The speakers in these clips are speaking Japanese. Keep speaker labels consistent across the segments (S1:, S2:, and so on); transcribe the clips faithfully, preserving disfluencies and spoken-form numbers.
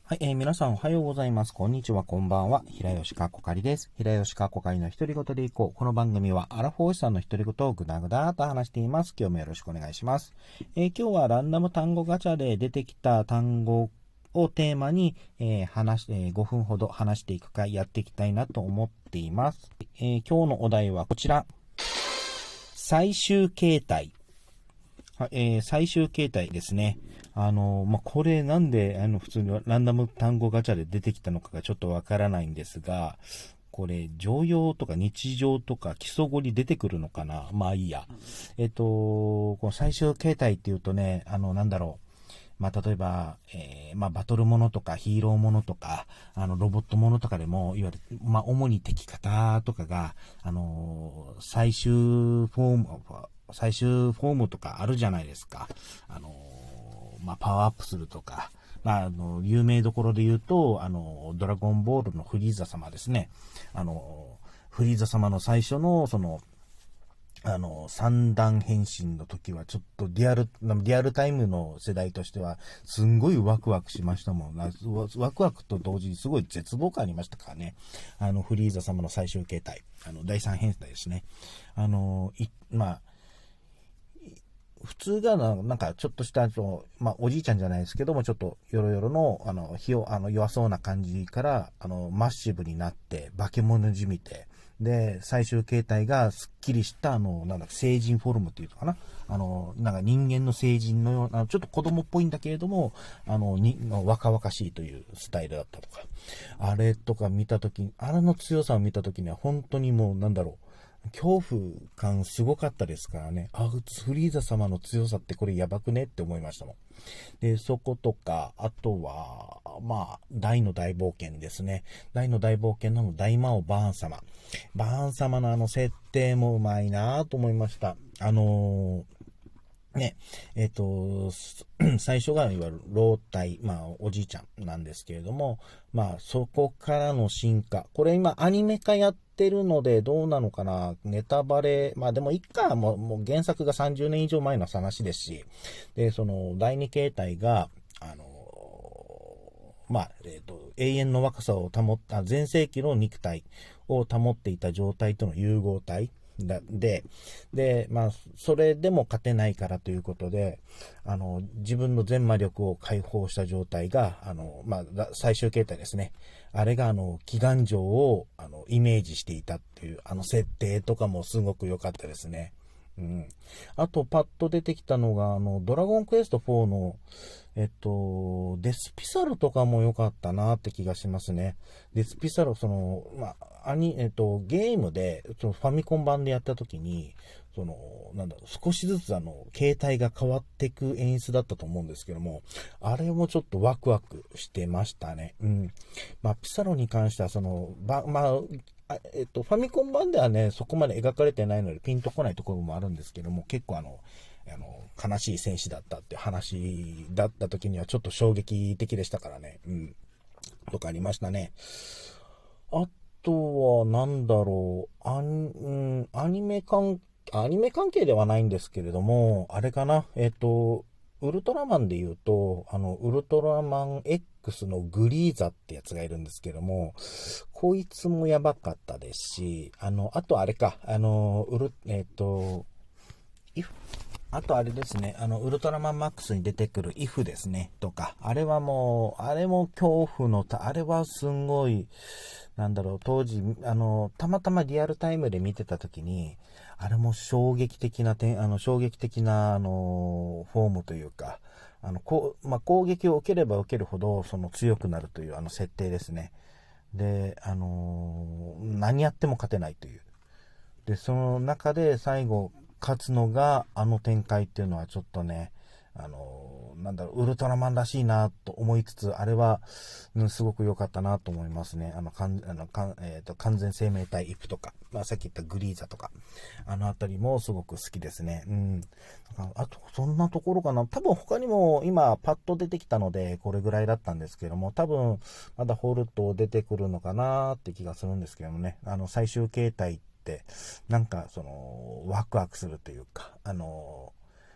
S1: はい、えー、皆さんおはようございます。こんにちは、こんばんは。平吉かこかりです。平吉かこかりの独り言でいこう。この番組はアラフォーさんの独り言をぐだぐだと話しています。今日もよろしくお願いします。えー、今日はランダム単語ガチャで出てきた単語をテーマに、えー話えー、ごふんほど話していくかやっていきたいなと思っています。えー、今日のお題はこちら。最終形態。はい、えー、最終形態ですね。あの、まあ、これなんで、あの、普通にランダム単語ガチャで出てきたのかがちょっとわからないんですが、これ、常用とか日常とか基礎語に出てくるのかな。まあいいや。えっと、この最終形態っていうとね、あの、なんだろう。まあ、例えば、えー、まあ、バトルものとかヒーローものとか、あの、ロボットものとかでも、いわゆる、まあ、主に敵方とかが、あのー最終フォーム、最終フォームとかあるじゃないですか。あのーまあ、パワーアップするとか、まあ、あの、有名どころで言うと、あの、ドラゴンボールのフリーザ様ですね。あの、フリーザ様の最初の、その、あの、三段変身の時はちょっとリアル、リアルタイムの世代としては、すんごいワクワクしましたもん。ワクワクと同時にすごい絶望感ありましたからね。あの、フリーザ様の最終形態。あの、第三変態ですね。あの、い、まあ、普通がな、なんかちょっとした、まあ、おじいちゃんじゃないですけども、ちょっとヨロヨロの、あの、ひよ、あの、弱そうな感じから、あの、マッシブになって、化け物じみて、で、最終形態がすっきりした、あの、なんだ、成人フォルムっていうのかな。あの、なんか人間の成人のような、ちょっと子供っぽいんだけれども、あの、に、若々しいというスタイルだったとか。あれとか見たとき、あれの強さを見たときには、本当にもう、なんだろう。恐怖感すごかったですからね。あ、フリーザ様の強さってこれやばくねって思いましたもん。で、そことか、あとは、まあ、大の大冒険ですね。大の大冒険の大魔王バーン様。バーン様のあの設定もうまいなと思いました。あのーね、えっ、と、最初がいわゆる老体、まあ、おじいちゃんなんですけれども、まあ、そこからの進化。これ今、アニメ化やってるので、どうなのかな、ネタバレ、まあでも、一回もう、もう原作がさんじゅうねん以上前の話ですし、で、その、第二形態が、あの、まあ、えっ、と、永遠の若さを保った、前世紀の肉体を保っていた状態との融合体。で、で、まあ、それでも勝てないからということで、あの、自分の全魔力を解放した状態が、あの、まあ、最終形態ですね。あれが、あの、祈願城を、あの、イメージしていたっていう、あの、設定とかもすごく良かったですね。うん。あと、パッと出てきたのが、あの、ドラゴンクエストフォーの、えっと、デスピサロとかも良かったなって気がしますね。デスピサロ、その、まあ、アニ、えっと、ゲームで、そのファミコン版でやった時に、その、なんだろう、少しずつあの、形態が変わっていく演出だったと思うんですけども、あれもちょっとワクワクしてましたね。うん。まあ、ピサロに関しては、その、ば、まあ、あえっと、ファミコン版ではね、そこまで描かれてないのでピンとこないところもあるんですけども、結構あの、あの、悲しい戦士だったって話だった時にはちょっと衝撃的でしたからね。うん。とかありましたね。あとは、なんだろう、アニ、うん、アニメ関、アニメ関係ではないんですけれども、あれかな、えっと、ウルトラマンで言うと、あの、ウルトラマン X のグリーザってやつがいるんですけども、こいつもやばかったですし、あの、あとあれか、あの、ウル、えっと、イフあとあれですね、あの、ウルトラマンマックスに出てくるイフですね、とか、あれはもう、あれも恐怖のた、あれはすんごい、なんだろう、当時、あの、たまたまリアルタイムで見てた時に、あれも衝撃的な点、あの、衝撃的な、あの、フォームというか、あの、こう、まあ、攻撃を受ければ受けるほど、その強くなるという、あの、設定ですね。で、あの何やっても勝てないという。で、その中で最後、勝つのがあの展開っていうのはちょっとね、あの、なんだろう、ウルトラマンらしいなと思いつつ、あれは、うん、すごく良かったなと思いますね。あの、かんあのかんえーと完全生命体イプとか、まあ、さっき言ったグリーザとか、あのあたりもすごく好きですね。うん。あと、そんなところかな。多分他にも今パッと出てきたので、これぐらいだったんですけども、多分まだホルト出てくるのかなって気がするんですけどもね。あの、最終形態って、なんかそのワクワクするというか、あの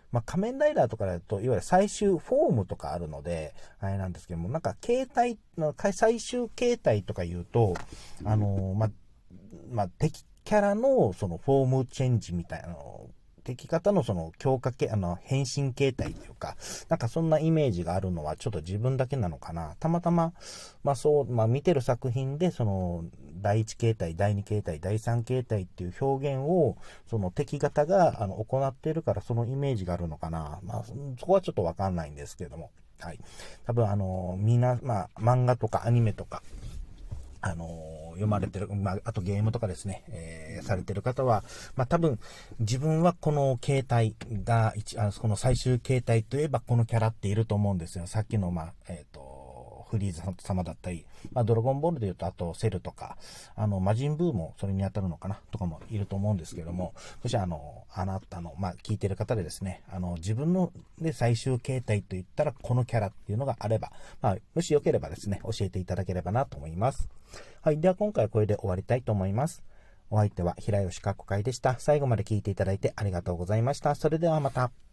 S1: まあ、仮面ライダーとかだと、いわゆる最終フォームとかあるので、あれなんですけども、なんか形態の、最終形態とか言うと、あのー、まあ、まあ、敵キャラのそのフォームチェンジみたいなの、敵方のその強化系、あの、変身形態というか、なんかそんなイメージがあるのはちょっと自分だけなのかな。たまたま、まあそう、まあ見てる作品で、その、第一形態、第二形態、第三形態っていう表現を、その敵方が、あの、行っているからそのイメージがあるのかな。まあ、そこはちょっとわかんないんですけれども。はい。多分あの、みんな、まあ、漫画とかアニメとか、あのー、読まれてる、まあ、あとゲームとかですね、えー、されてる方は、まあ、多分、自分はこの形態が、一、あの、この最終形態といえばこのキャラっていると思うんですよ。さっきの、まあ、えっと、フリーザ様だったり、まあ、ドラゴンボールで言うと、あと、セルとか、あの、魔人ブーもそれに当たるのかな、とかもいると思うんですけども、もしあの、あなたの、まあ、聞いてる方でですね、あの、自分の、で、最終形態と言ったら、このキャラっていうのがあれば、まあ、もしよければですね、教えていただければなと思います。はい。では今回はこれで終わりたいと思います。お相手は平吉かっこかいでした。最後まで聞いていただいてありがとうございました。それではまた。